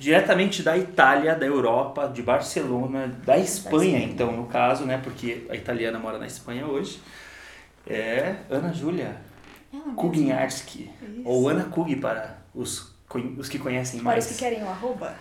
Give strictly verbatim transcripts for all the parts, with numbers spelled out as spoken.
diretamente da Itália, da Europa, de Barcelona, da Espanha, então, no caso, né? Porque a italiana mora na Espanha hoje. É Ana Júlia Kuginarski, ou Ana Kug para os, os que conhecem mais. Para os que querem o arroba.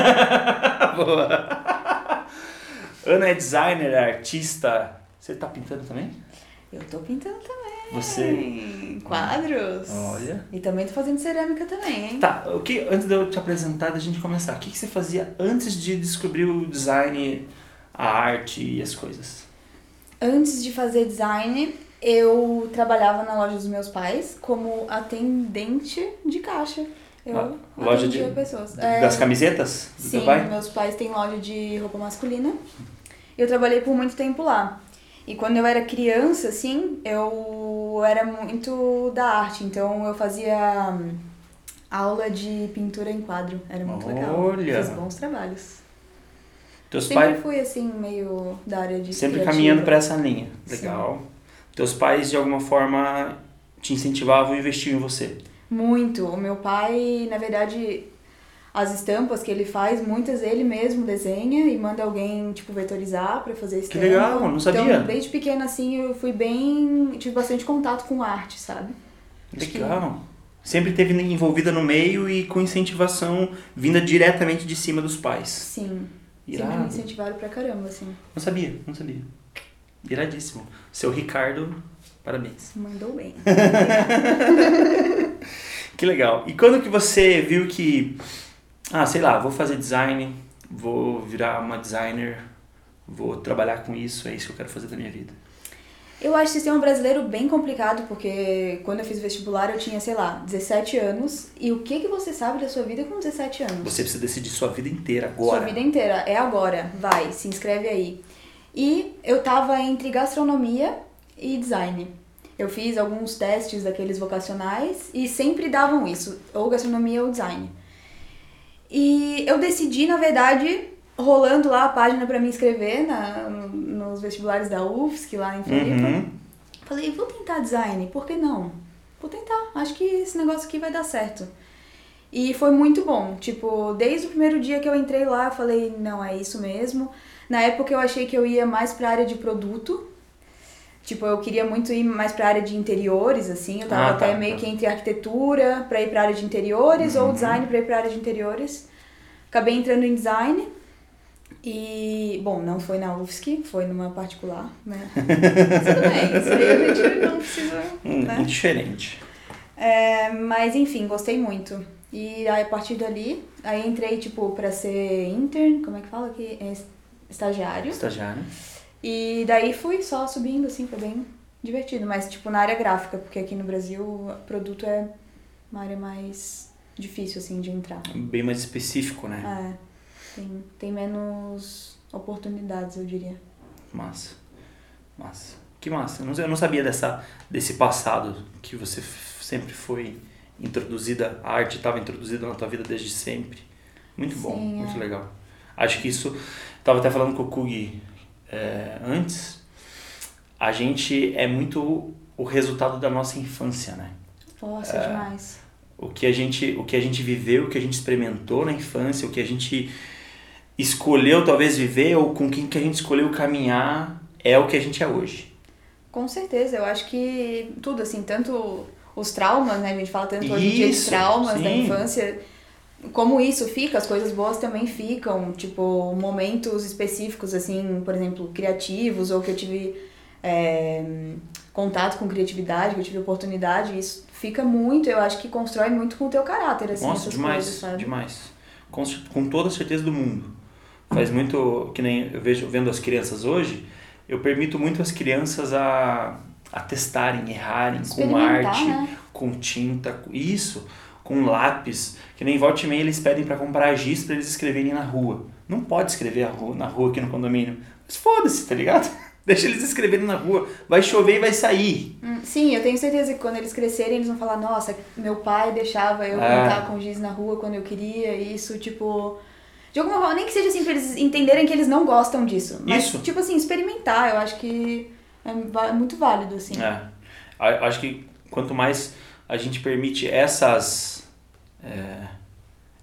Boa! Ana é designer, artista. Você tá pintando também? Eu tô pintando também. Você? Quadros. Olha. E também tô fazendo cerâmica também, hein? Tá, o que, antes de eu te apresentar, da gente começar, o que, que você fazia antes de descobrir o design, a arte e as coisas? Antes de fazer design, eu trabalhava na loja dos meus pais como atendente de caixa. Eu ah, loja atendia de, pessoas. Das é, camisetas do sim, teu pai? Meus pais têm loja de roupa masculina. Eu trabalhei por muito tempo lá. E quando eu era criança, assim, eu era muito da arte. Então eu fazia hum, aula de pintura em quadro. Era muito legal. Olha! Fiz bons trabalhos. Teus Sempre pai... fui, assim, meio da área de Sempre criativa. caminhando para essa linha. Legal. Sim. Teus pais, de alguma forma, te incentivavam e investiam em você? Muito. O meu pai, na verdade, as estampas que ele faz, muitas ele mesmo desenha e manda alguém, tipo, vetorizar pra fazer estampa. Que legal, não sabia. Então, desde pequena, assim, eu fui bem... Tive bastante contato com arte, sabe? Legal. Sempre esteve envolvida no meio e com incentivação vinda diretamente de cima dos pais. Sim. Irado. Sempre me incentivaram pra caramba, assim. Não sabia, não sabia. Iradíssimo. Seu Ricardo, parabéns. Mandou bem. Que legal. E quando que você viu que, ah, sei lá, vou fazer design, vou virar uma designer, vou trabalhar com isso, é isso que eu quero fazer da minha vida? Eu acho o sistema brasileiro bem complicado, porque quando eu fiz o vestibular eu tinha, sei lá, dezessete anos. E o que que você sabe da sua vida com dezessete anos? Você precisa decidir sua vida inteira agora. Sua vida inteira, é agora, vai, se inscreve aí. E eu tava entre gastronomia e design. Eu fiz alguns testes daqueles vocacionais e sempre davam isso, ou gastronomia ou design. E eu decidi, na verdade, rolando lá a página pra me inscrever na, nos vestibulares da U F S C, lá em Floripa. Uhum. Falei, vou tentar design, por que não? Vou tentar, acho que esse negócio aqui vai dar certo. E foi muito bom, tipo, desde o primeiro dia que eu entrei lá, eu falei, não, é isso mesmo. Na época eu achei que eu ia mais pra área de produto. Tipo, eu queria muito ir mais pra área de interiores, assim. Eu tava Ah, até tá, meio tá. que entre arquitetura pra ir pra área de interiores Uhum. ou design pra ir pra área de interiores. Acabei entrando em design. E, bom, não foi na U F S C, foi numa particular, né? Tudo bem, isso aí a gente não precisa, Hum, né? Diferente. É, mas, enfim, gostei muito. E aí, a partir dali, aí entrei, tipo, pra ser intern, como é que fala aqui? É, estagiário. Estagiário. E daí fui só subindo, assim, foi bem divertido. Mas, tipo, na área gráfica, porque aqui no Brasil, produto é uma área mais difícil, assim, de entrar. Bem mais específico, né? É, tem, tem menos oportunidades, eu diria. Massa. Massa. Que massa. Eu não, eu não sabia dessa, desse passado que você f- sempre foi introduzida, a arte estava introduzida na tua vida desde sempre. Muito bom, Sim, muito é. legal. Acho que isso, estava até falando com o Kug é, antes, a gente é muito o resultado da nossa infância, né? Nossa, É. demais. O que a gente, o que a gente viveu, o que a gente experimentou na infância, o que a gente escolheu talvez viver ou com quem que a gente escolheu caminhar é o que a gente é hoje. Com certeza, eu acho que tudo, assim, tanto os traumas, né? A gente fala tanto hoje em dia de Isso, traumas da sim. infância. Como isso fica, as coisas boas também ficam. Tipo, momentos específicos, assim, por exemplo, criativos, ou que eu tive é, contato com criatividade, que eu tive oportunidade. Isso fica muito, eu acho que constrói muito com o teu caráter, assim, Nossa, essas demais, coisas, sabe? demais. Com, com toda a certeza do mundo. Faz muito, que nem eu vejo vendo as crianças hoje, eu permito muito as crianças a, a testarem, errarem com Experimentar, arte, né? com tinta, com- isso, com lápis. Que nem volta e meia eles pedem para comprar giz para eles escreverem na rua. Não pode escrever a rua- na rua aqui no condomínio. Mas foda-se, tá ligado? Deixa eles escreverem na rua. Vai chover e vai sair. Hum, Sim, eu tenho certeza que quando eles crescerem, eles vão falar, nossa, meu pai deixava eu É. pintar com giz na rua quando eu queria, e isso, tipo... De alguma forma, nem que seja assim, pra eles entenderem que eles não gostam disso. Mas, Isso. tipo assim, experimentar, eu acho que é va- muito válido, assim. É. A- Acho que quanto mais a gente permite essas, é,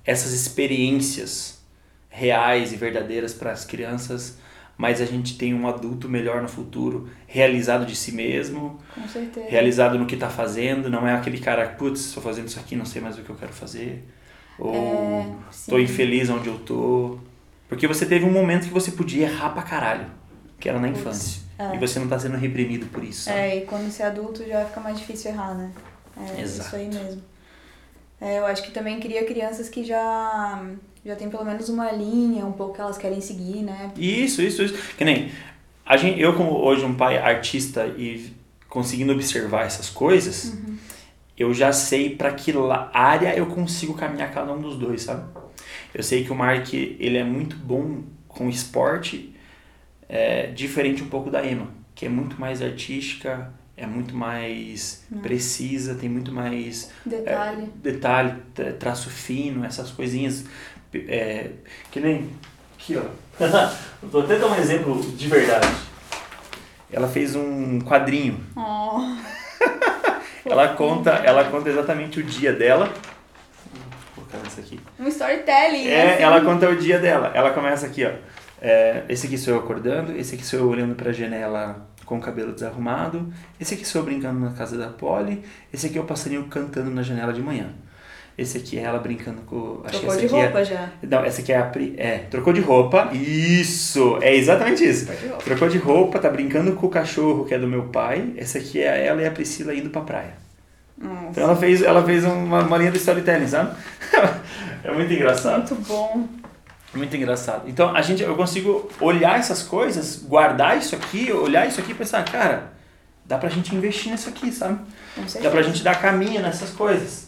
essas experiências reais e verdadeiras para as crianças, mais a gente tem um adulto melhor no futuro, realizado de si mesmo, Com certeza. realizado no que está fazendo, não é aquele cara, putz, estou fazendo isso aqui, não sei mais o que eu quero fazer, ou estou é, infeliz onde eu tô, porque você teve um momento que você podia errar pra caralho, que era na putz, infância, é. E você não está sendo reprimido por isso. Sabe? É, e quando você é adulto já fica mais difícil errar, né? É Exato. Isso aí mesmo. É, eu acho que também cria crianças que já, já tem pelo menos uma linha, um pouco que elas querem seguir, né? Isso, isso, isso. Que nem, a gente, eu como hoje um pai artista e conseguindo observar essas coisas, uhum. eu já sei para que área eu consigo caminhar cada um dos dois, sabe? Eu sei que o Mark, ele é muito bom com esporte, é, diferente um pouco da Emma, que é muito mais artística, é muito mais Não. precisa, tem muito mais detalhe, é, detalhe, traço fino, essas coisinhas, é, que nem aqui, ó. Vou até dar um exemplo de verdade. Ela fez um quadrinho. Oh. ela conta, ela conta exatamente o dia dela. Vou colocar isso aqui. Um storytelling. É, assim. Ela conta o dia dela. Ela começa aqui, ó. É, esse aqui sou eu acordando, esse aqui sou eu olhando pra janela com o cabelo desarrumado, esse aqui sou eu brincando na casa da Polly, esse aqui é o passarinho cantando na janela de manhã. Esse aqui é ela brincando com... Acho trocou que essa de roupa é, já. Não, essa aqui é a... É, trocou de roupa. Isso! É exatamente isso. De trocou de roupa, tá brincando com o cachorro que é do meu pai. Essa aqui é ela e a Priscila indo pra praia. Nossa. Então ela fez, ela fez uma, uma linha de storytelling, sabe? É muito engraçado. Muito bom. Muito engraçado. Então, a gente, eu consigo olhar essas coisas, guardar isso aqui, olhar isso aqui e pensar, cara, dá pra gente investir nisso aqui, sabe? Dá pra gente dar caminho nessas coisas.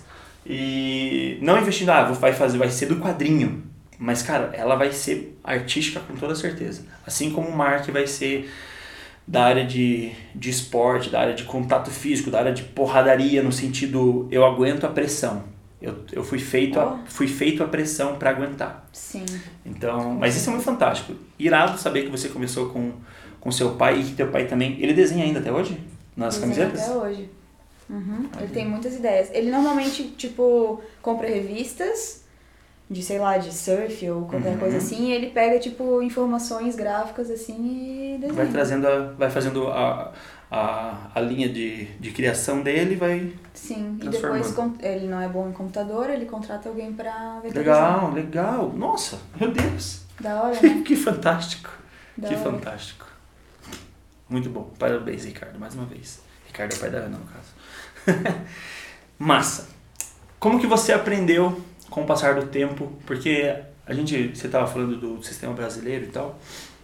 E não investindo, ah, vai fazer, vai ser do quadrinho. Mas, cara, ela vai ser artística com toda certeza. Assim como o Mark vai ser da área de, de esporte, da área de contato físico, da área de porradaria, no sentido, eu aguento a pressão. Eu, eu fui feito, oh. a, fui feito a pressão para aguentar. Sim. Então, mas isso é muito fantástico. Irado saber que você começou com, com seu pai e que teu pai também... Ele desenha ainda até hoje? Nas desenha camisetas? Até hoje. Uhum. Ele tem muitas ideias. Ele normalmente, tipo, compra revistas de, sei lá, de surf ou qualquer uhum. coisa assim, e ele pega, tipo, informações gráficas assim e desenha. Vai trazendo, a, vai fazendo a... A, a linha de, de criação dele vai Sim, e depois ele não é bom em computador, ele contrata alguém pra Legal, vetorizar. legal. Nossa, meu Deus. Da hora, né? Que fantástico. Da que hora. fantástico. Muito bom. Parabéns, Ricardo, mais uma vez. Ricardo é o pai da Ana, no caso. Massa. Como que você aprendeu com o passar do tempo? Porque a gente, você estava falando do sistema brasileiro e tal.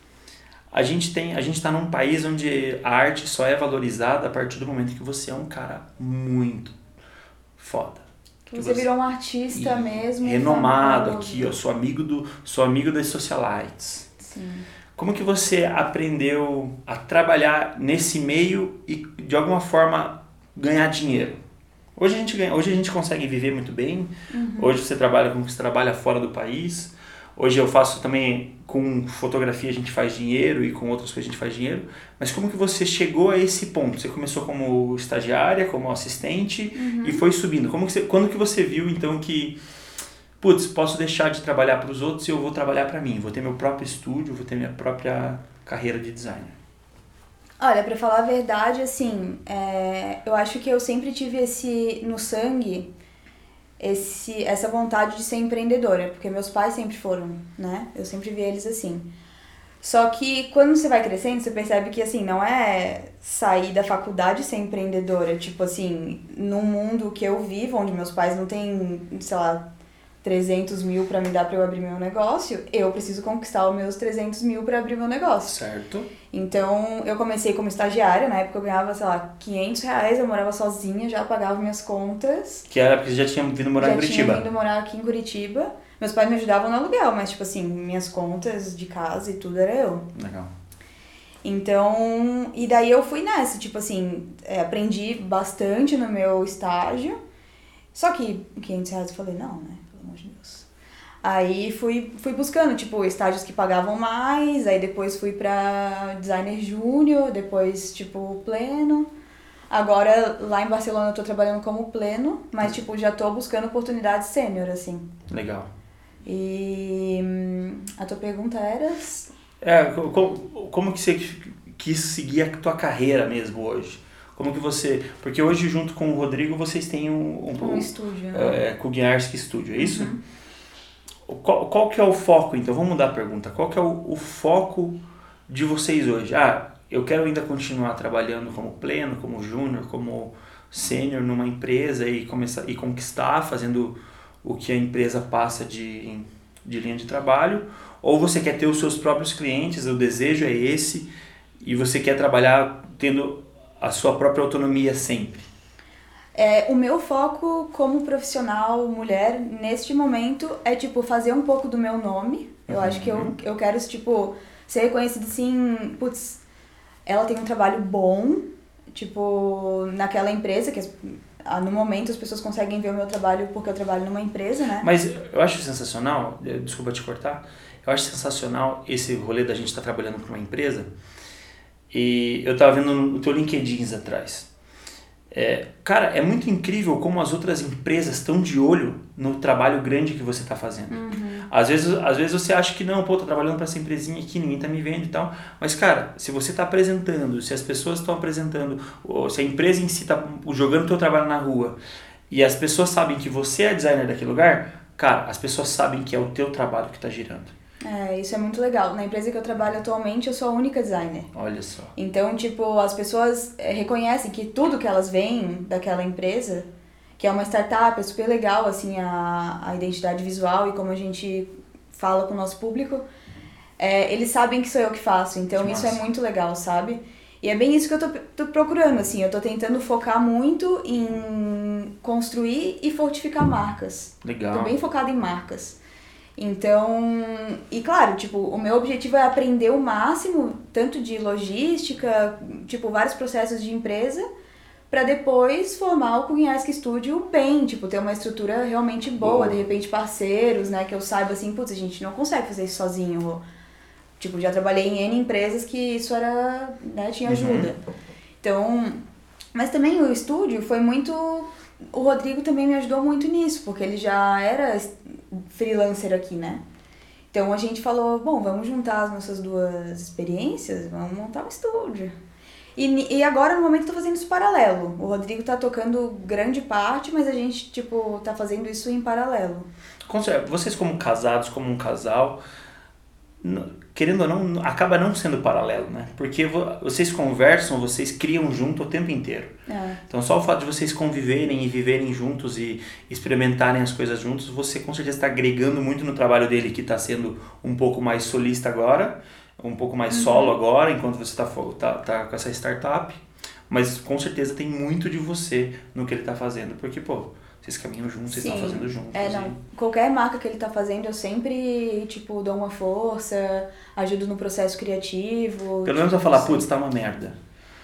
A gente tem, a gente está num país onde a arte só é valorizada a partir do momento que você é um cara muito foda. Que você, você virou um artista mesmo. Renomado aqui, eu sou amigo do, sou amigo das socialites. Sim. Como que você aprendeu a trabalhar nesse meio e de alguma forma ganhar dinheiro? Hoje a gente ganha, hoje a gente consegue viver muito bem. Uhum. Hoje você trabalha como você trabalha fora do país. Hoje eu faço também, com fotografia a gente faz dinheiro e com outras coisas a gente faz dinheiro. Mas como que você chegou a esse ponto? Você começou como estagiária, como assistente uhum. e foi subindo. Como que você, quando que você viu então que, putz, posso deixar de trabalhar para os outros e eu vou trabalhar para mim? Vou ter meu próprio estúdio, vou ter minha própria carreira de designer. Olha, pra falar a verdade, assim, é, eu acho que eu sempre tive esse no sangue... Esse, essa vontade de ser empreendedora, porque meus pais sempre foram, né? Eu sempre vi eles assim. Só que quando você vai crescendo, você percebe que, assim, não é sair da faculdade e ser empreendedora. Tipo assim, num mundo que eu vivo, onde meus pais não têm, sei lá, trezentos mil pra me dar pra eu abrir meu negócio, eu preciso conquistar os meus trezentos mil pra abrir meu negócio. Certo. Então, eu comecei como estagiária, na época eu ganhava, sei lá, quinhentos reais, eu morava sozinha, já pagava minhas contas. Que era porque você já tinha vindo morar já em Curitiba. Já tinha vindo morar aqui em Curitiba. Meus pais me ajudavam no aluguel, mas, tipo assim, minhas contas de casa e tudo era eu. Legal. Então, e daí eu fui nessa, tipo assim, é, aprendi bastante no meu estágio. Só que quinhentos reais eu falei, não, né? Pelo amor de Deus. Aí fui, fui buscando, tipo, estágios que pagavam mais, aí depois fui pra designer júnior, depois, tipo, pleno. Agora, lá em Barcelona, eu tô trabalhando como pleno, mas, tipo, já tô buscando oportunidades sênior, assim. Legal. E hum, a tua pergunta era? É, como, como que você quis seguir a tua carreira mesmo hoje? Como que você... Porque hoje, junto com o Rodrigo, vocês têm um... Um, um estúdio, né? É, Kuginarski Studio, é isso? Uhum. Qual, qual que é o foco, então? Vamos mudar a pergunta. Qual que é o, o foco de vocês hoje? Ah, eu quero ainda continuar trabalhando como pleno, como júnior, como sênior numa empresa e, começar, e conquistar, fazendo o que a empresa passa de, de linha de trabalho, ou você quer ter os seus próprios clientes, o desejo é esse, e você quer trabalhar tendo a sua própria autonomia sempre? É, o meu foco como profissional mulher, neste momento, é, tipo, fazer um pouco do meu nome. Eu uhum. acho que eu, eu quero, tipo, ser reconhecida assim, putz, ela tem um trabalho bom, tipo, naquela empresa, que no momento as pessoas conseguem ver o meu trabalho porque eu trabalho numa empresa, né? Mas eu acho sensacional, desculpa te cortar, eu acho sensacional esse rolê da gente estar trabalhando para uma empresa. E eu tava vendo no teu LinkedIn atrás. É, cara, é muito incrível como as outras empresas estão de olho no trabalho grande que você está fazendo. Uhum. Às vezes, às vezes você acha que não, pô, tô trabalhando para essa empresinha aqui, ninguém tá me vendo e tal. Mas, cara, se você está apresentando, se as pessoas estão apresentando, ou se a empresa em si está jogando o teu trabalho na rua e as pessoas sabem que você é designer daquele lugar, cara, as pessoas sabem que é o teu trabalho que está girando. É, isso é muito legal. Na empresa que eu trabalho atualmente, eu sou a única designer. Olha só. Então, tipo, as pessoas reconhecem que tudo que elas veem daquela empresa, que é uma startup, é super legal, assim, a, a identidade visual e como a gente fala com o nosso público, é, eles sabem que sou eu que faço. Então, que isso massa. É muito legal, sabe? E é bem isso que eu tô, tô procurando, assim. Eu tô tentando focar muito em construir e fortificar marcas. Legal. Tô bem focada em marcas. Então, e claro, tipo, o meu objetivo é aprender o máximo, tanto de logística, tipo, vários processos de empresa, para depois formar o Kuginarski Studio bem, tipo, ter uma estrutura realmente boa, boa, de repente parceiros, né, que eu saiba assim, putz, a gente não consegue fazer isso sozinho. Tipo, já trabalhei em N empresas que isso era, né, tinha ajuda. Uhum. Então, mas também o estúdio foi muito... O Rodrigo também me ajudou muito nisso, porque ele já era freelancer aqui, né? Então a gente falou, bom, vamos juntar as nossas duas experiências, vamos montar um estúdio. E, e agora, no momento, eu tô fazendo isso paralelo. O Rodrigo tá tocando grande parte, mas a gente, tipo, tá fazendo isso em paralelo. Vocês como casados, como um casal... querendo ou não, acaba não sendo paralelo, né? Porque vocês conversam, vocês criam junto o tempo inteiro. É. Então, só o fato de vocês conviverem e viverem juntos e experimentarem as coisas juntos, você com certeza está agregando muito no trabalho dele, que está sendo um pouco mais solista agora, um pouco mais uhum. solo agora, enquanto você está tá, tá com essa startup. Mas, com certeza, tem muito de você no que ele está fazendo. Porque, pô... Vocês caminham juntos, vocês estão fazendo juntos. É, não. E... Qualquer marca que ele tá fazendo, eu sempre, tipo, dou uma força, ajudo no processo criativo. Pelo tipo, menos eu falar, putz, tá uma merda.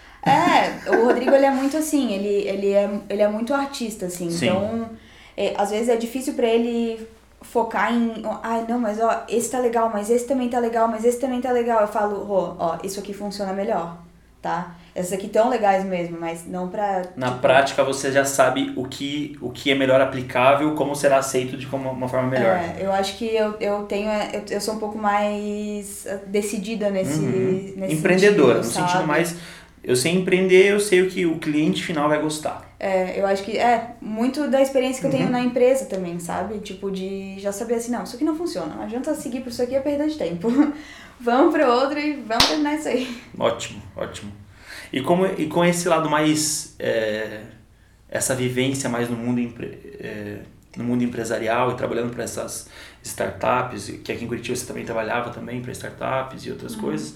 É, o Rodrigo, ele é muito assim, ele, ele, é, ele é muito artista, assim. Sim. Então, é, às vezes é difícil pra ele focar em... Ai, não, mas ó, esse tá legal, mas esse também tá legal, mas esse também tá legal. Eu falo, ó, ó isso aqui funciona melhor, tá? Essas aqui tão legais mesmo, mas não pra... Na tipo... prática você já sabe o que, o que é melhor aplicável, como será aceito de como uma forma melhor. É, eu acho que eu, eu tenho... Eu, eu sou um pouco mais decidida nesse, uhum. nesse Empreendedora, sentido, no sentido mais... Eu sei empreender, eu sei o que o cliente final vai gostar. É, eu acho que é muito da experiência que eu tenho uhum. na empresa também, sabe? Tipo, de já saber assim, não, isso aqui não funciona, não adianta seguir por isso aqui, é perda de tempo. Vamos pro outro e vamos terminar isso aí. Ótimo, ótimo. E, como, e com esse lado mais, é, essa vivência mais no mundo, é, no mundo empresarial e trabalhando para essas startups, que aqui em Curitiba você também trabalhava também para startups e outras uhum. coisas,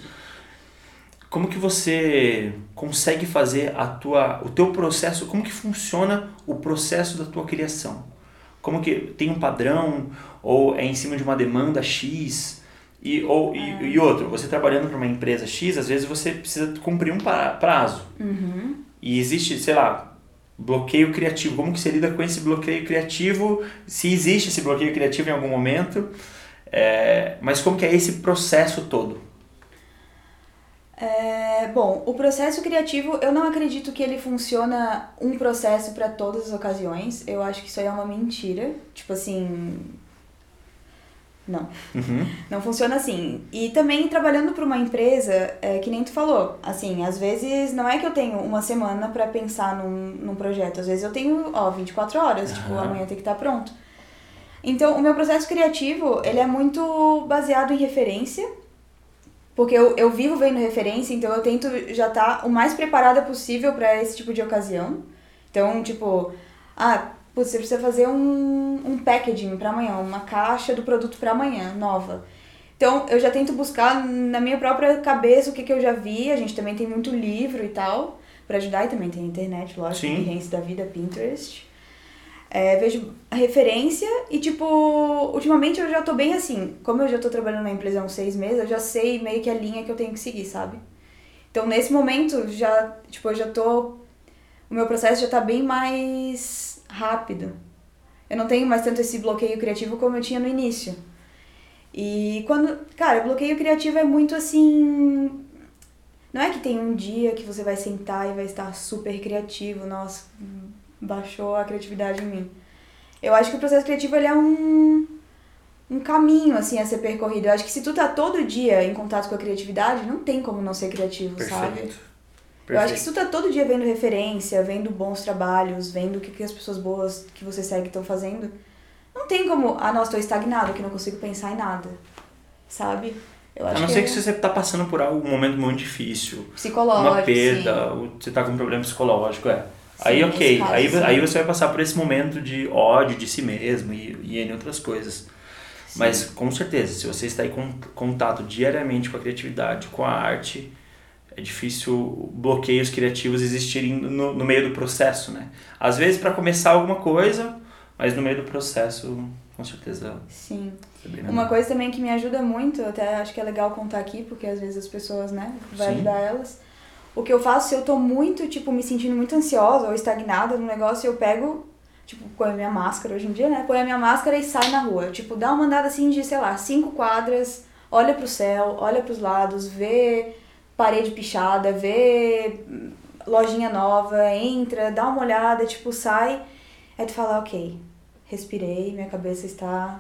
como que você consegue fazer a tua, o teu processo, como que funciona o processo da tua criação? Como que tem um padrão ou é em cima de uma demanda X? E, ou, é. e, e outro, você trabalhando para uma empresa X, às vezes você precisa cumprir um prazo. Uhum. E existe, sei lá, bloqueio criativo. Como que você lida com esse bloqueio criativo? Se existe esse bloqueio criativo em algum momento. É, mas como que é esse processo todo? É, bom, o processo criativo, eu não acredito que ele funciona um processo para todas as ocasiões. Eu acho que isso aí é uma mentira. Tipo assim... Não. Uhum. Não funciona assim. E também trabalhando para uma empresa, é, que nem tu falou, assim, às vezes não é que eu tenho uma semana para pensar num, num projeto, às vezes eu tenho, ó, vinte e quatro horas, uhum. tipo, amanhã tem que estar pronto. Então, o meu processo criativo, ele é muito baseado em referência, porque eu, eu vivo vendo referência, então eu tento já estar o mais preparada possível para esse tipo de ocasião. Então, tipo, ah, putz, você precisa fazer um, um packaging para amanhã, uma caixa do produto para amanhã, nova. Então, eu já tento buscar na minha própria cabeça o que, que eu já vi. A gente também tem muito livro e tal para ajudar, e também tem internet, lógico, Behance da vida, Pinterest. É, vejo a referência e, tipo, ultimamente eu já tô bem assim. Como eu já tô trabalhando na empresa há uns seis meses, eu já sei meio que a linha que eu tenho que seguir, sabe? Então, nesse momento, já, tipo, eu já tô... O meu processo já tá bem mais rápido. Eu não tenho mais tanto esse bloqueio criativo como eu tinha no início. E quando... Cara, bloqueio criativo é muito assim... Não é que tem um dia que você vai sentar e vai estar super criativo, nossa, baixou a criatividade em mim. Eu acho que o processo criativo ele é um, um caminho assim a ser percorrido. Eu acho que se tu tá todo dia em contato com a criatividade, não tem como não ser criativo, Perfeito. sabe? Perfeito. Eu acho que se tu tá todo dia vendo referência, vendo bons trabalhos, vendo o que, que as pessoas boas que você segue estão fazendo, não tem como, ah, nossa, tô estagnado, que não consigo pensar em nada, sabe? Eu acho a não que ser é... que você tá passando por um momento muito difícil. Psicológico, uma perda, sim. Você tá com um problema psicológico, é. Sim, aí ok, caso, aí, sim. aí você vai passar por esse momento de ódio de si mesmo e, e em outras coisas. Sim. Mas com certeza, se você está em contato diariamente com a criatividade, com a arte, é difícil bloqueios criativos existirem no, no meio do processo, né? Às vezes para começar alguma coisa, mas no meio do processo, com certeza... Sim. É uma coisa também que me ajuda muito, até acho que é legal contar aqui, porque às vezes as pessoas, né, vai Sim. ajudar elas. O que eu faço, se eu tô muito, tipo, me sentindo muito ansiosa ou estagnada no negócio, eu pego, tipo, põe a minha máscara hoje em dia, né? Põe a minha máscara e sai na rua. Tipo, dá uma andada assim de, sei lá, cinco quadras, olha pro céu, olha pros lados, vê parede pichada, vê lojinha nova, entra, dá uma olhada, tipo, sai. Aí tu fala, ok, respirei, minha cabeça está...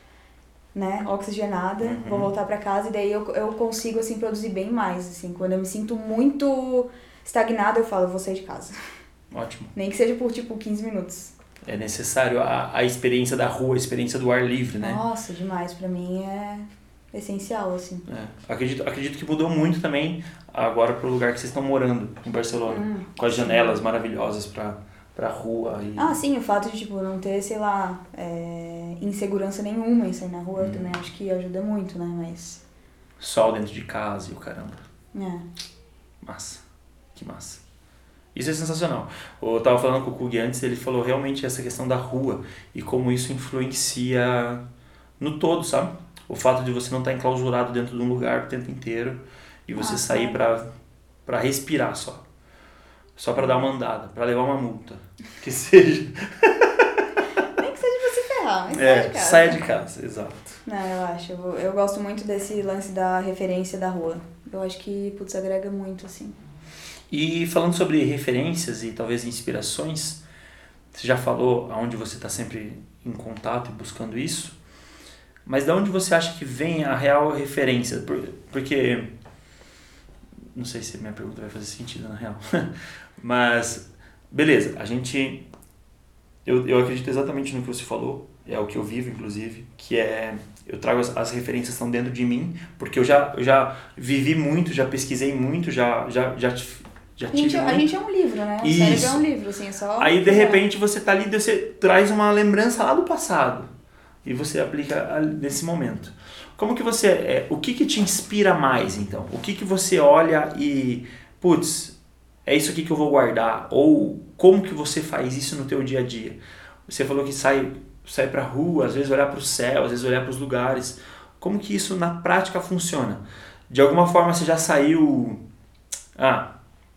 né, oxigenada, uhum. vou voltar pra casa e daí eu, eu consigo, assim, produzir bem mais, assim, quando eu me sinto muito estagnada, eu falo, eu vou sair de casa. Ótimo. Nem que seja por, tipo, quinze minutos. É necessário a, a experiência da rua, a experiência do ar livre, né? Nossa, demais, pra mim é essencial, assim. É. Acredito, acredito que mudou muito também agora pro lugar que vocês estão morando, em Barcelona, hum, com as sim. janelas maravilhosas pra... pra rua e... Ah, sim, o fato de, tipo, não ter, sei lá, é, insegurança nenhuma em sair na rua, hum. eu também acho que ajuda muito, né, mas... Sol dentro de casa e o caramba. É. Massa, que massa. Isso é sensacional. Eu tava falando com o Kug antes, ele falou realmente essa questão da rua e como isso influencia no todo, sabe? O fato de você não estar enclausurado dentro de um lugar o tempo inteiro e você ah, sair pra, pra respirar só. Só pra dar uma andada, pra levar uma multa. Que seja. Nem que seja pra se ferrar, mas é, saia de casa. Saia de casa, exato. Não, eu acho. Eu, eu gosto muito desse lance da referência da rua. Eu acho que, putz, agrega muito, assim. E falando sobre referências e talvez inspirações, você já falou aonde você tá sempre em contato e buscando isso, mas de onde você acha que vem a real referência? Porque... Não sei se a minha pergunta vai fazer sentido, na real. Mas, beleza, a gente... Eu, eu acredito exatamente no que você falou, é o que eu vivo, inclusive, que é... Eu trago as, as referências que estão dentro de mim, porque eu já, eu já vivi muito, já pesquisei muito, já, já, já, já tive a gente, muito. A gente é um livro, né? O Isso. cérebro é um livro, assim, é só... Aí, de repente, você tá ali e você traz uma lembrança lá do passado, e você aplica nesse momento. Como que você... É, o que que te inspira mais, então? O que que você olha e... Putz, é isso aqui que eu vou guardar. Ou como que você faz isso no teu dia a dia? Você falou que sai, sai pra rua, às vezes olhar pro céu, às vezes olhar pros lugares. Como que isso na prática funciona? De alguma forma você já saiu... Ah,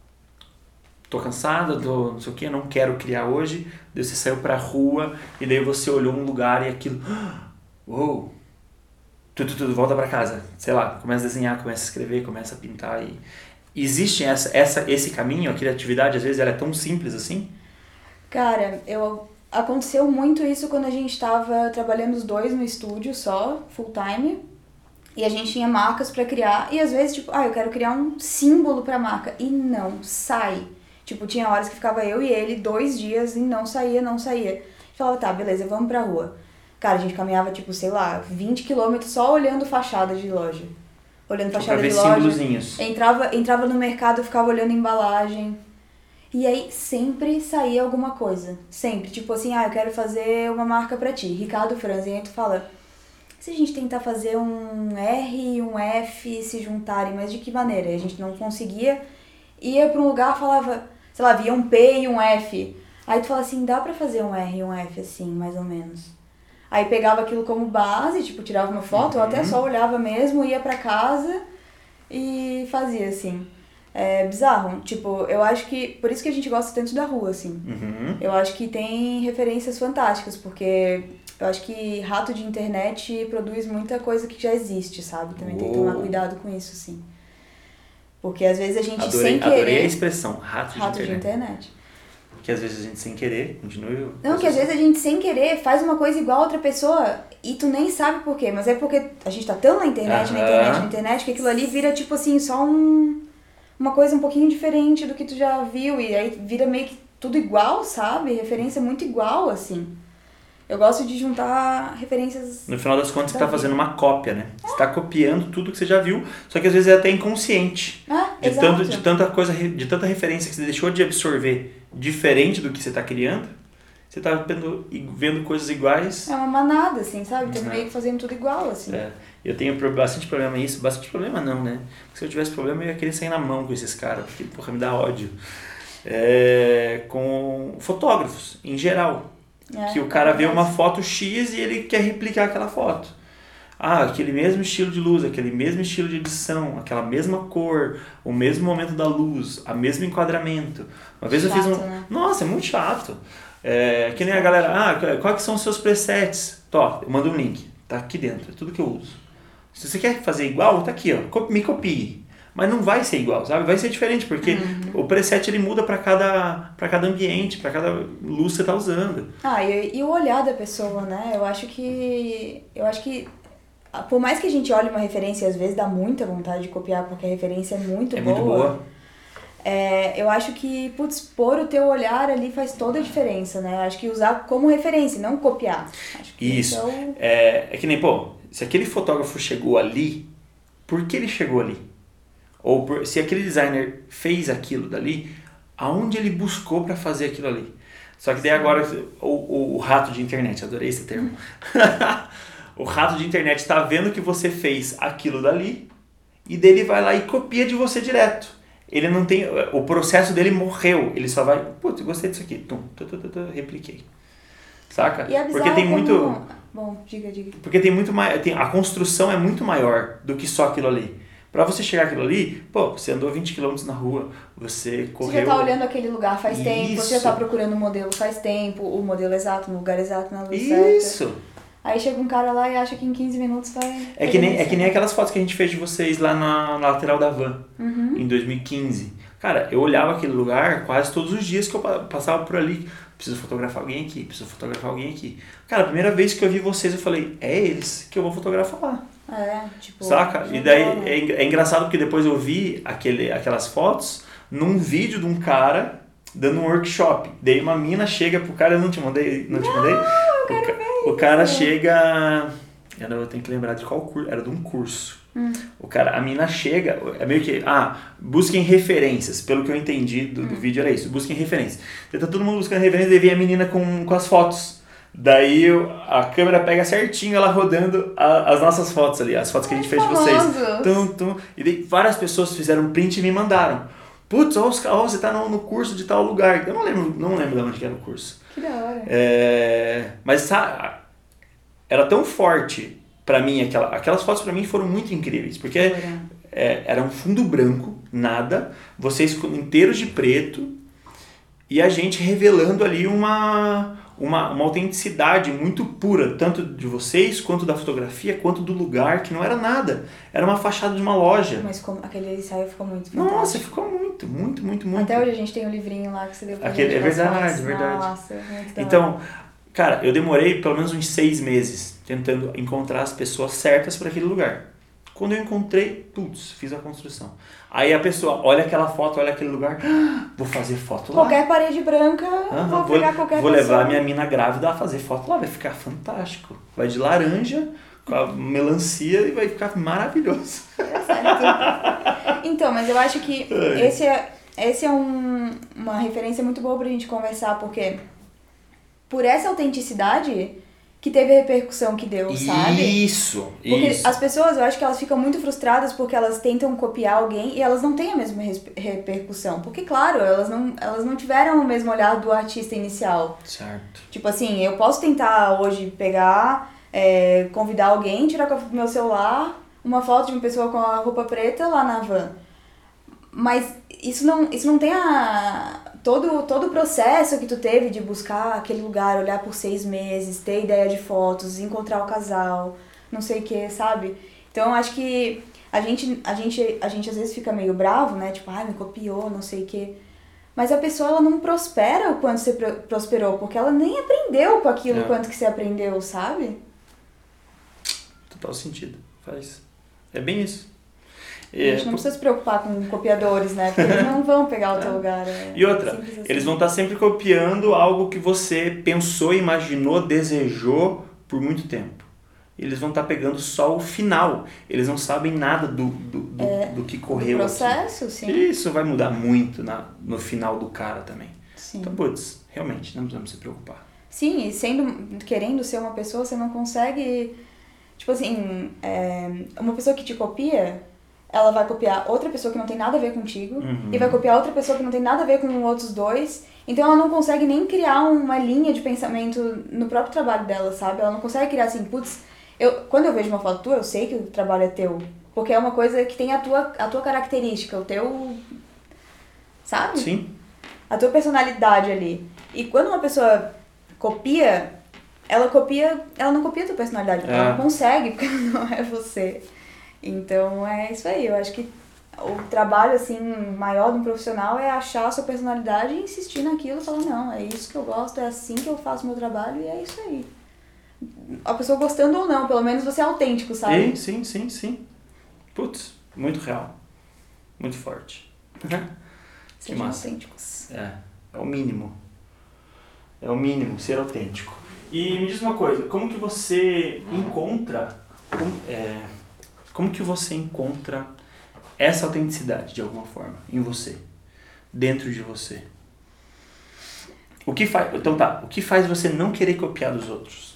tô cansada, tô, não sei o que, não quero criar hoje. Daí você saiu pra rua e daí você olhou um lugar e aquilo... Uou! Tudo, tudo, volta pra casa, sei lá, começa a desenhar, começa a escrever, começa a pintar e... Existe essa, essa, esse caminho, a criatividade às vezes ela é tão simples assim? Cara, eu aconteceu muito isso quando a gente estava trabalhando os dois no estúdio só, full time. E a gente tinha marcas pra criar. E às vezes, tipo, ah, eu quero criar um símbolo pra marca. E não sai. Tipo, tinha horas que ficava eu e ele dois dias e não saía, não saía. Falava, tá, beleza, vamos pra rua. Cara, a gente caminhava, tipo, sei lá, vinte quilômetros só olhando fachada de loja. Olhando fachada de loja. Entrava, entrava no mercado, ficava olhando embalagem. E aí sempre saía alguma coisa. Sempre. Tipo assim, ah, eu quero fazer uma marca pra ti. Ricardo Franzen. Aí tu fala, se a gente tentar fazer um R e um F se juntarem, mas de que maneira? E a gente não conseguia. Ia pra um lugar, falava, sei lá, via um P e um F. Aí tu fala assim, dá pra fazer um R e um F assim, mais ou menos. Aí pegava aquilo como base, tipo, tirava uma foto, uhum. ou até só olhava mesmo, ia pra casa e fazia, assim. É bizarro. Tipo, eu acho que... Por isso que a gente gosta tanto da rua, assim. Uhum. Eu acho que tem referências fantásticas, porque eu acho que rato de internet produz muita coisa que já existe, sabe? Também Uou. Tem que tomar cuidado com isso, assim. Porque às vezes a gente adorei, sem querer... Adorei a expressão, rato, rato de, internet. de internet. Que às vezes a gente sem querer, continue... Não, que às vezes a gente sem querer faz uma coisa igual a outra pessoa e tu nem sabe por quê. Mas é porque a gente tá tão na internet, uh-huh. na internet, na internet, que aquilo ali vira tipo assim, só um... Uma coisa um pouquinho diferente do que tu já viu. E aí vira meio que tudo igual, sabe? Referência muito igual, assim. Eu gosto de juntar referências... No final das contas, você tá fazendo uma cópia, né? É. Você tá copiando tudo que você já viu, só que às vezes é até inconsciente. É, de, tanto, de tanta coisa, de tanta referência que você deixou de absorver diferente do que você tá criando, você tá vendo, vendo coisas iguais. É uma manada, assim, sabe? Tá meio que fazendo tudo igual, assim. É. Eu tenho bastante problema nisso, bastante problema não, né? Porque se eu tivesse problema, eu ia querer sair na mão com esses caras, porque, porra, me dá ódio. É, com fotógrafos, em geral. É, que o cara vê uma foto X e ele quer replicar aquela foto. Ah, aquele mesmo estilo de luz, aquele mesmo estilo de edição, aquela mesma cor, o mesmo momento da luz, o mesmo enquadramento. Uma vez chato, eu fiz um... Né? Nossa, é muito chato. É, que nem a galera, ah, quais que são os seus presets? Tó, eu mando um link, tá aqui dentro, é tudo que eu uso. Se você quer fazer igual, tá aqui, ó, me copie. Mas não vai ser igual, sabe? Vai ser diferente, porque uhum. o preset ele muda para cada, para cada ambiente, para cada luz que você tá usando. Ah, e, e o olhar da pessoa, né? Eu acho que... Eu acho que... Por mais que a gente olhe uma referência, às vezes dá muita vontade de copiar, porque a referência é muito é boa. É muito boa. É, eu acho que, putz, pôr o teu olhar ali faz toda a diferença, né? Acho que usar como referência, não copiar. Acho que isso. Então... É, é que nem, pô, se aquele fotógrafo chegou ali, por que ele chegou ali? Ou por, se aquele designer fez aquilo dali, aonde ele buscou para fazer aquilo ali? Só que daí agora, o, o, o rato de internet, adorei esse termo. O rato de internet está vendo que você fez aquilo dali e dele vai lá e copia de você direto. Ele não tem, o processo dele morreu, ele só vai, putz, gostei disso aqui, tum, tum, tum, tum, repliquei. Saca? E é porque tem como... muito... Bom, diga, diga. Porque tem muito mais, tem, a construção é muito maior do que só aquilo ali. Pra você chegar aquilo ali, pô, você andou vinte quilômetros na rua, você correu... Você já tá olhando aquele lugar faz Isso. tempo, você já tá procurando o modelo faz tempo, o modelo exato, no lugar exato, na luz Isso. certa. Isso! Aí chega um cara lá e acha que em quinze minutos vai... É que nem, é que nem aquelas fotos que a gente fez de vocês lá na, na lateral da van, uhum. em dois mil e quinze. Cara, eu olhava aquele lugar quase todos os dias que eu passava por ali. Preciso fotografar alguém aqui, preciso fotografar alguém aqui. Cara, a primeira vez que eu vi vocês, eu falei, é eles que eu vou fotografar lá. É, tipo... Saca? E daí é, é engraçado porque depois eu vi aquele, aquelas fotos num vídeo de um cara dando um workshop. Daí uma mina chega pro cara, eu não te mandei, não te mandei? Não, eu quero o, ver o cara isso. chega... Eu tenho que lembrar de qual curso, era de um curso. Hum. O cara, a mina chega, é meio que, ah, busquem referências, pelo que eu entendi do, do hum. vídeo era isso, busquem referências. Então tá todo mundo buscando referências, daí vem a menina com, com as fotos. Daí a câmera pega certinho ela rodando a, as nossas fotos ali, as fotos que a gente fez de vocês. Tum, tum. E daí várias pessoas fizeram print e me mandaram. Putz, ó, ó, você tá no, no curso de tal lugar. Eu não lembro, não lembro de onde que era o curso. Que da hora. É, mas sabe, era tão forte pra mim, aquela, aquelas fotos pra mim foram muito incríveis, porque é, era um fundo branco, nada, vocês inteiros de preto e a gente revelando ali uma... uma, uma autenticidade muito pura, tanto de vocês, quanto da fotografia, quanto do lugar, que não era nada. Era uma fachada de uma loja. Mas como, aquele ensaio ficou muito fantástico. Nossa, ficou muito, muito, muito, muito. Até hoje a gente tem um livrinho lá que você deu pra Aquele, gente. É verdade, fotos. é verdade. Nossa, muito da Então, hora. cara, eu demorei pelo menos uns seis meses tentando encontrar as pessoas certas para aquele lugar. Quando eu encontrei, putz, fiz a construção. Aí a pessoa olha aquela foto, olha aquele lugar, ah, vou fazer foto lá. Qualquer parede branca, Aham, vou vou, pegar qualquer Vou pessoa. levar a minha mina grávida a fazer foto lá, vai ficar fantástico. Vai de laranja, com a melancia e vai ficar maravilhoso. É certo. Então, mas eu acho que esse é, esse é um, uma referência muito boa pra gente conversar, porque por essa autenticidade que teve a repercussão que deu, sabe? Isso, Porque isso. as pessoas, eu acho que elas ficam muito frustradas porque elas tentam copiar alguém e elas não têm a mesma res- repercussão. Porque, claro, elas não, elas não tiveram o mesmo olhar do artista inicial. Certo. Tipo assim, eu posso tentar hoje pegar, é, convidar alguém, tirar com o meu celular uma foto de uma pessoa com a roupa preta lá na van. Mas isso não, isso não tem a, todo, todo o processo que tu teve de buscar aquele lugar, olhar por seis meses, ter ideia de fotos, encontrar o casal, não sei o que, sabe? Então eu acho que a gente, a, gente, a gente às vezes fica meio bravo, né? Tipo, ai, me copiou, não sei o que. Mas a pessoa, ela não prospera o quanto você pro- prosperou, porque ela nem aprendeu com aquilo É. o quanto que você aprendeu, sabe? Total sentido. Faz. É bem isso. A gente não precisa se preocupar com copiadores, né? Porque eles não vão pegar o teu lugar. É E outra, simples assim. eles vão estar sempre copiando algo que você pensou, imaginou, desejou por muito tempo. Eles vão estar pegando só o final. Eles não sabem nada do, do, do, É, do que Do correu processo, aqui. sim. E isso vai mudar muito na, no final do cara também. Sim. Então, putz, realmente, não precisamos se preocupar. Sim, e sendo, querendo ser uma pessoa, você não consegue... Tipo assim, é, uma pessoa que te copia, ela vai copiar outra pessoa que não tem nada a ver contigo, Uhum. e vai copiar outra pessoa que não tem nada a ver com outros dois, então ela não consegue nem criar uma linha de pensamento no próprio trabalho dela, sabe? Ela não consegue criar assim, putz, eu, quando eu vejo uma foto tua, eu sei que o trabalho é teu, porque é uma coisa que tem a tua, a tua característica, o teu... Sabe? Sim. A tua personalidade ali. E quando uma pessoa copia, ela copia, ela não copia a tua personalidade, porque É. ela não consegue, porque não é você. Então é isso aí, eu acho que o trabalho assim maior de um profissional é achar a sua personalidade e insistir naquilo e falar, não, é isso que eu gosto, é assim que eu faço meu trabalho e é isso aí. A pessoa gostando ou não, pelo menos você é autêntico, sabe? E, sim, sim, sim. Putz, muito real. Muito forte. Que Sejam massa. autênticos. É, é o mínimo. É o mínimo, ser autêntico. E me diz uma coisa, como que você encontra, como, é, como que você encontra essa autenticidade de alguma forma em você, dentro de você? O que faz, então tá, o que faz você não querer copiar dos outros?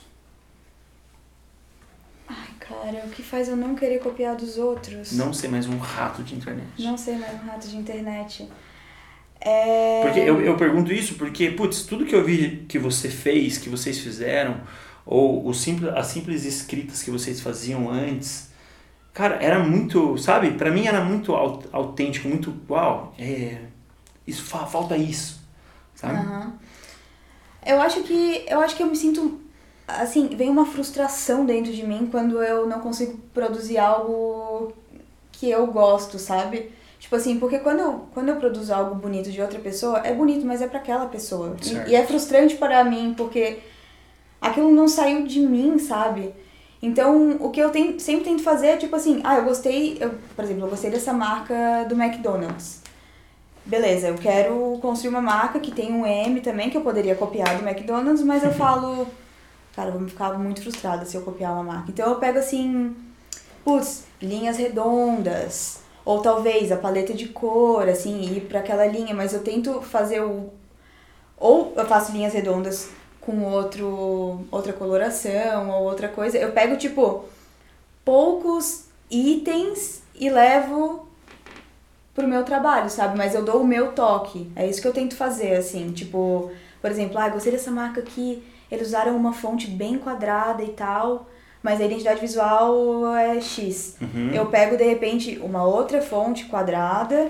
Ai, cara, o que faz eu não querer copiar dos outros? Não ser mais um rato de internet. Não ser mais um rato de internet. É... Porque eu, eu pergunto isso porque, putz, tudo que eu vi que você fez, que vocês fizeram, ou o simples, as simples escritas que vocês faziam antes, cara, era muito, sabe? Pra mim era muito au- autêntico, muito, uau, é, isso, fa- falta isso, sabe? Aham. Eu acho que eu acho que eu me sinto assim, vem uma frustração dentro de mim quando eu não consigo produzir algo que eu gosto, sabe? Tipo assim, porque quando eu, quando eu produzo algo bonito de outra pessoa, é bonito, mas é pra aquela pessoa. Certo. E, e é frustrante para mim, porque aquilo não saiu de mim, sabe? Então, o que eu tento, sempre tento fazer é tipo assim, ah, eu gostei, eu, por exemplo, eu gostei dessa marca do McDonald's. Beleza, eu quero construir uma marca que tem um M também, que eu poderia copiar do McDonald's, mas eu falo, cara, eu vou ficar muito frustrada se eu copiar uma marca. Então eu pego assim, putz, linhas redondas, ou talvez a paleta de cor, assim, ir pra aquela linha, mas eu tento fazer o... Ou eu faço linhas redondas com outro, outra coloração ou outra coisa. Eu pego, tipo, poucos itens e levo pro meu trabalho, sabe? Mas eu dou o meu toque. É isso que eu tento fazer, assim. Tipo, por exemplo, ah, gostei dessa marca aqui. Eles usaram uma fonte bem quadrada e tal, mas a identidade visual é X. Uhum. Eu pego, de repente, uma outra fonte quadrada,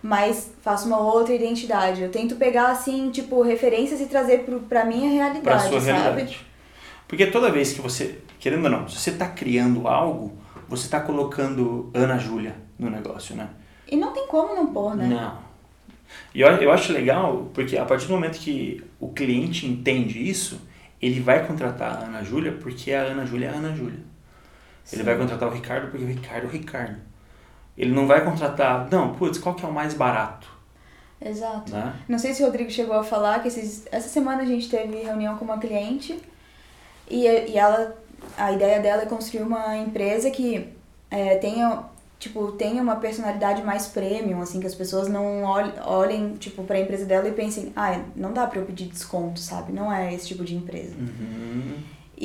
mas faço uma outra identidade. Eu tento pegar, assim, tipo, referências e trazer pro, pra minha realidade, pra sua sabe? realidade. Porque toda vez que você, querendo ou não, se você tá criando algo, você tá colocando Ana Júlia no negócio, né? E não tem como não pôr, né? Não. E eu, eu acho legal, porque a partir do momento que o cliente entende isso, ele vai contratar a Ana Júlia porque a Ana Júlia é a Ana Júlia. Ele vai contratar o Ricardo porque o Ricardo é o Ricardo. Ele não vai contratar, não, putz, qual que é o mais barato? Exato. Né? Não sei se o Rodrigo chegou a falar que esses, essa semana a gente teve reunião com uma cliente e, e ela, a ideia dela é construir uma empresa que é, tenha, tipo, tenha uma personalidade mais premium, assim, que as pessoas não olhem, olhem tipo, pra empresa dela e pensem, ah, não dá pra eu pedir desconto, sabe? Não é esse tipo de empresa. Uhum.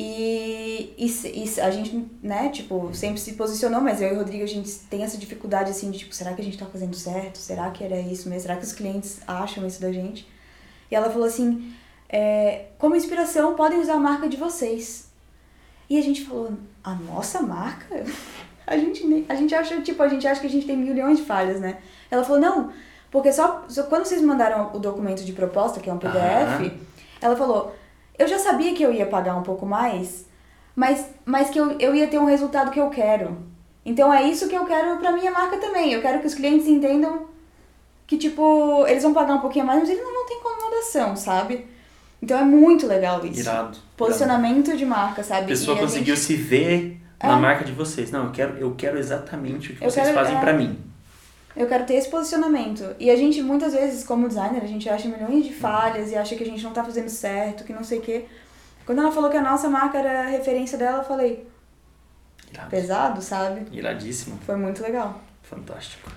E, e, e a gente, né, tipo, sempre se posicionou, mas eu e o Rodrigo, a gente tem essa dificuldade, assim, de, tipo, será que a gente tá fazendo certo? Será que era isso mesmo? Será que os clientes acham isso da gente? E ela falou assim, é, como inspiração, podem usar a marca de vocês. E a gente falou, a nossa marca? A gente, nem, a gente acha, tipo, a gente acha que a gente tem milhões de falhas, né? Ela falou, não, porque só, só quando vocês mandaram o documento de proposta, que é um P D F, ah. ela falou... Eu já sabia que eu ia pagar um pouco mais, mas, mas que eu, eu ia ter um resultado que eu quero. Então é isso que eu quero pra minha marca também. Eu quero que os clientes entendam que, tipo, eles vão pagar um pouquinho mais, mas eles não vão ter incomodação, sabe? Então é muito legal isso. Irado. Posicionamento irado. de marca, sabe? A pessoa e conseguiu a gente... se ver na é. marca de vocês. Não, eu quero, eu quero exatamente o que eu vocês quero, fazem é... pra mim. Eu quero ter esse posicionamento. E a gente, muitas vezes, como designer, a gente acha milhões de falhas e acha que a gente não tá fazendo certo, que não sei o quê. Quando ela falou que a nossa marca era a referência dela, eu falei... Irado. Pesado, sabe? Iradíssimo. Foi muito legal. Fantástico.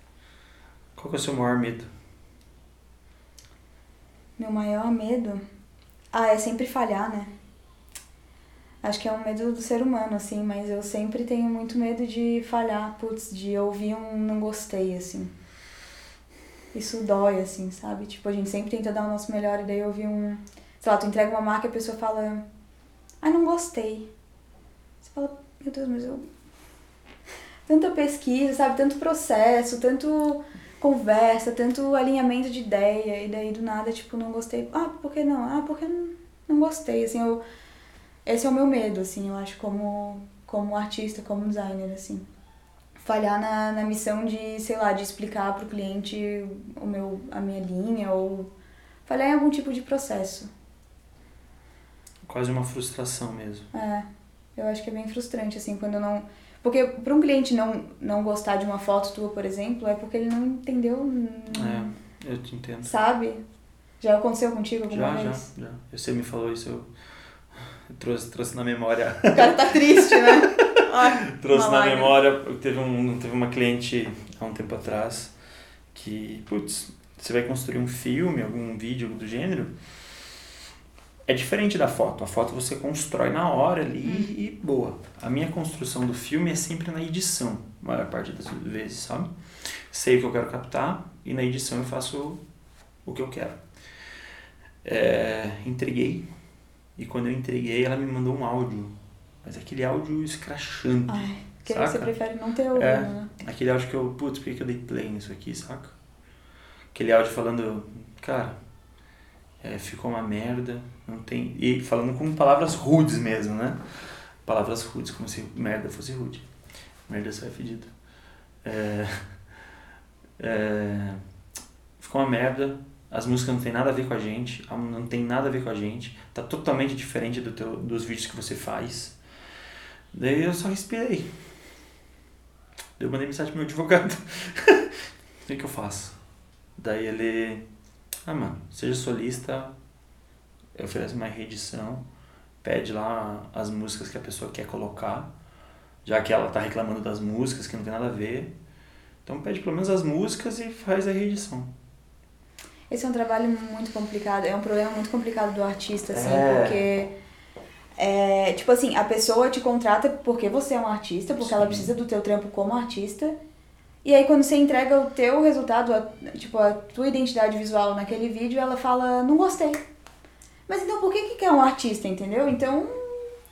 Qual que é o seu maior medo? Meu maior medo? Ah, é sempre falhar, né? Acho que é um medo do ser humano, assim, mas eu sempre tenho muito medo de falhar, putz, de ouvir um não gostei, assim. Isso dói, assim, sabe? Tipo, a gente sempre tenta dar o nosso melhor e daí ouvir um... Sei lá, tu entrega uma marca e a pessoa fala... Ah, não gostei. Você fala, meu Deus, mas eu... Tanta pesquisa, sabe? Tanto processo, tanto conversa, tanto alinhamento de ideia e daí do nada, tipo, não gostei. Ah, por que não? Ah, porque não, não gostei, assim, eu... Esse é o meu medo, assim, eu acho, como, como artista, como designer, assim. Falhar na, na missão de, sei lá, de explicar pro cliente o meu, a minha linha, ou falhar em algum tipo de processo. Quase uma frustração mesmo. É, eu acho que é bem frustrante, assim, quando eu não... Porque para um cliente não, não gostar de uma foto tua, por exemplo, é porque ele não entendeu... É, eu te entendo. Sabe? Já aconteceu contigo alguma já, vez? Já, já. Você me falou isso, eu... Trouxe, trouxe na memória. O cara tá triste, né? Ai, trouxe na lágrima. memória. Teve, um, teve uma cliente há um tempo atrás que, putz, você vai construir um filme, algum vídeo do gênero. É diferente da foto. A foto você constrói na hora ali hum. e boa. A minha construção do filme é sempre na edição, a maior parte das vezes, sabe? Sei o que eu quero captar e na edição eu faço o que eu quero. É, entreguei. E quando eu entreguei, ela me mandou um áudio. Mas aquele áudio escrachante. Ai, que você prefere não ter ouvido, é, né? Aquele áudio que eu... Putz, por que que eu dei play nisso aqui, saca? Aquele áudio falando... Cara, é, ficou uma merda. Não tem... E falando com palavras rudes mesmo, né? Palavras rudes, como se merda fosse rude. Merda só é fedido. É, é, ficou uma merda. As músicas não tem nada a ver com a gente, não tem nada a ver com a gente, tá totalmente diferente do teu, dos vídeos que você faz. Daí eu só respirei. Daí eu mandei mensagem pro meu advogado. O que que eu faço? Daí ele... Ah, mano, seja solista, oferece uma reedição, pede lá as músicas que a pessoa quer colocar, já que ela tá reclamando das músicas que não tem nada a ver. Então pede pelo menos as músicas e faz a reedição. Esse é um trabalho muito complicado, é um problema muito complicado do artista, assim, é. porque, é, tipo assim, a pessoa te contrata porque você é um artista, porque Sim. ela precisa do teu trampo como artista, e aí quando você entrega o teu resultado, a, tipo, a tua identidade visual naquele vídeo, ela fala, não gostei. Mas então por que que é um artista, entendeu? Então,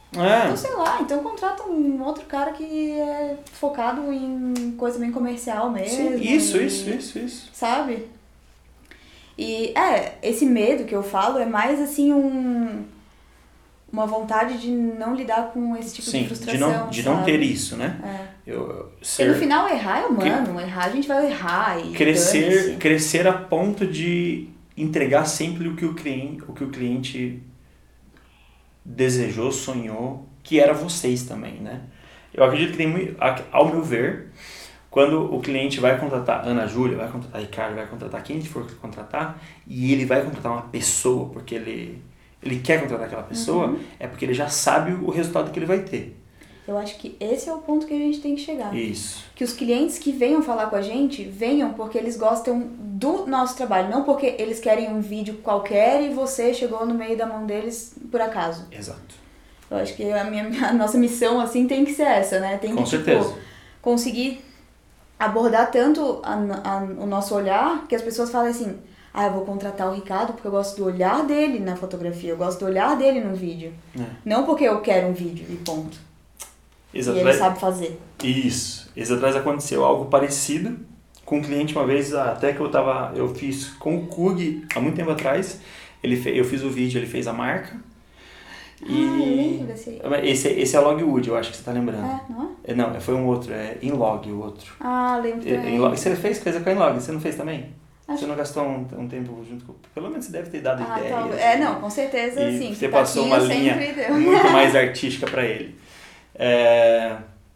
É. Então, sei lá, então contrata um outro cara que é focado em coisa bem comercial mesmo. Sim, isso, e, isso, isso, isso. Sabe? E, é, esse medo que eu falo é mais, assim, um... uma vontade de não lidar com esse tipo Sim, de frustração, de não, de não ter isso, né? É. Eu, ser... E no final errar é humano, que... errar a gente vai errar. E crescer, crescer a ponto de entregar sempre o que o cliente, o que o cliente desejou, sonhou, que era vocês também, né? Eu acredito que tem muito, ao meu ver, quando o cliente vai contratar Ana Júlia, vai contratar Ricardo, vai contratar quem for contratar, e ele vai contratar uma pessoa porque ele, ele quer contratar aquela pessoa, uhum. é porque ele já sabe o resultado que ele vai ter. Eu acho que esse é o ponto que a gente tem que chegar. Isso. Que os clientes que venham falar com a gente, venham porque eles gostam do nosso trabalho, não porque eles querem um vídeo qualquer e você chegou no meio da mão deles por acaso. Exato. Eu acho que a, minha, a nossa missão, assim, tem que ser essa, né? Tem com que, certeza. tipo, conseguir abordar tanto a, a, o nosso olhar que as pessoas falem assim, ah, eu vou contratar o Ricardo porque eu gosto do olhar dele na fotografia, eu gosto do olhar dele no vídeo. É. Não porque eu quero um vídeo e ponto. Exato. E ele sabe fazer. Isso. Esse atrás aconteceu algo parecido com um cliente uma vez, até que eu tava, eu fiz com o Kug há muito tempo atrás. Ele fez, eu fiz o vídeo, ele fez a marca. Ah, e... eu lembro desse aí. Esse, esse é Logwood, eu acho que você tá lembrando. É, não é? Não, foi um outro, é Inlog o outro. Ah, lembro também. Inlog, você fez coisa com a Inlog, você não fez também? Acho... Você não gastou um, um tempo junto com... Pelo menos você deve ter dado ah, ideia. Tá. É, não, com certeza, e sim. Você passou uma linha muito mais artística para ele. É...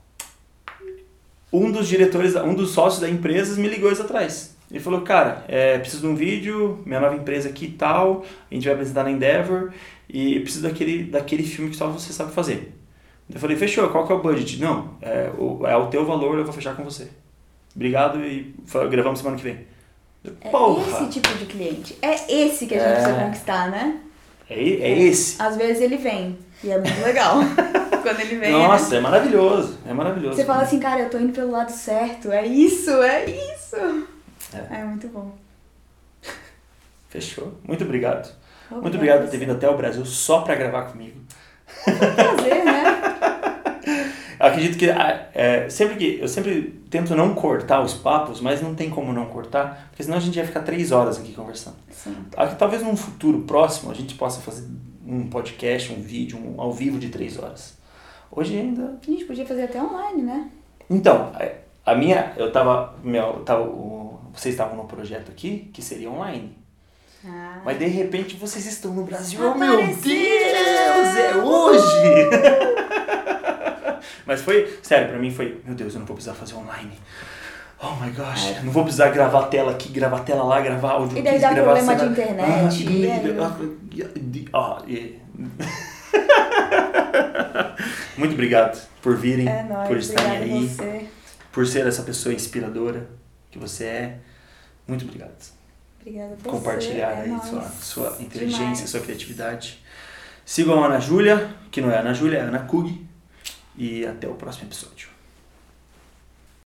Um dos diretores, um dos sócios da empresa me ligou isso atrás. Ele falou, cara, é, preciso de um vídeo, minha nova empresa aqui e tal, a gente vai apresentar na Endeavor e preciso daquele, daquele filme que só você sabe fazer. Eu falei, fechou, qual que é o budget? Não, é o, é o teu valor, eu vou fechar com você. Obrigado e gravamos semana que vem. Porra. É esse tipo de cliente, é esse que a gente é... precisa conquistar, né? É, é esse. Às vezes ele vem e é muito legal. Quando ele vem. Nossa, é maravilhoso. É maravilhoso. Você fala assim, cara, eu tô indo pelo lado certo. É isso, é isso. É, é muito bom. Fechou. Muito obrigado. Obrigado. Muito obrigado por ter vindo até o Brasil só pra gravar comigo. Foi um prazer, né? Eu acredito que é, sempre que eu sempre tento não cortar os papos, mas não tem como não cortar, porque senão a gente ia ficar três horas aqui conversando. Sim. Talvez num futuro próximo a gente possa fazer um podcast, um vídeo, um ao vivo de três horas. Hoje ainda... A gente podia fazer até online, né? Então, a minha... Eu tava... Meu, eu tava vocês estavam no projeto aqui, que seria online. Ah. Mas de repente vocês estão no Brasil. Oh, meu Deus! É hoje! Mas foi... Sério, pra mim foi... Meu Deus, eu não vou precisar fazer online. Oh my gosh, é. Não vou precisar gravar tela aqui, gravar tela lá, gravar áudio. E daí dá problema de internet. Ah, e, e, Muito obrigado por virem, é nóis, por estarem aí, você. Por ser essa pessoa inspiradora que você é. Muito obrigado. Obrigada por compartilhar é aí nóis. sua, sua inteligência, Demais. Sua criatividade. Sigam a Ana Júlia, que não é Ana Júlia, é Ana Kug. E até o próximo episódio.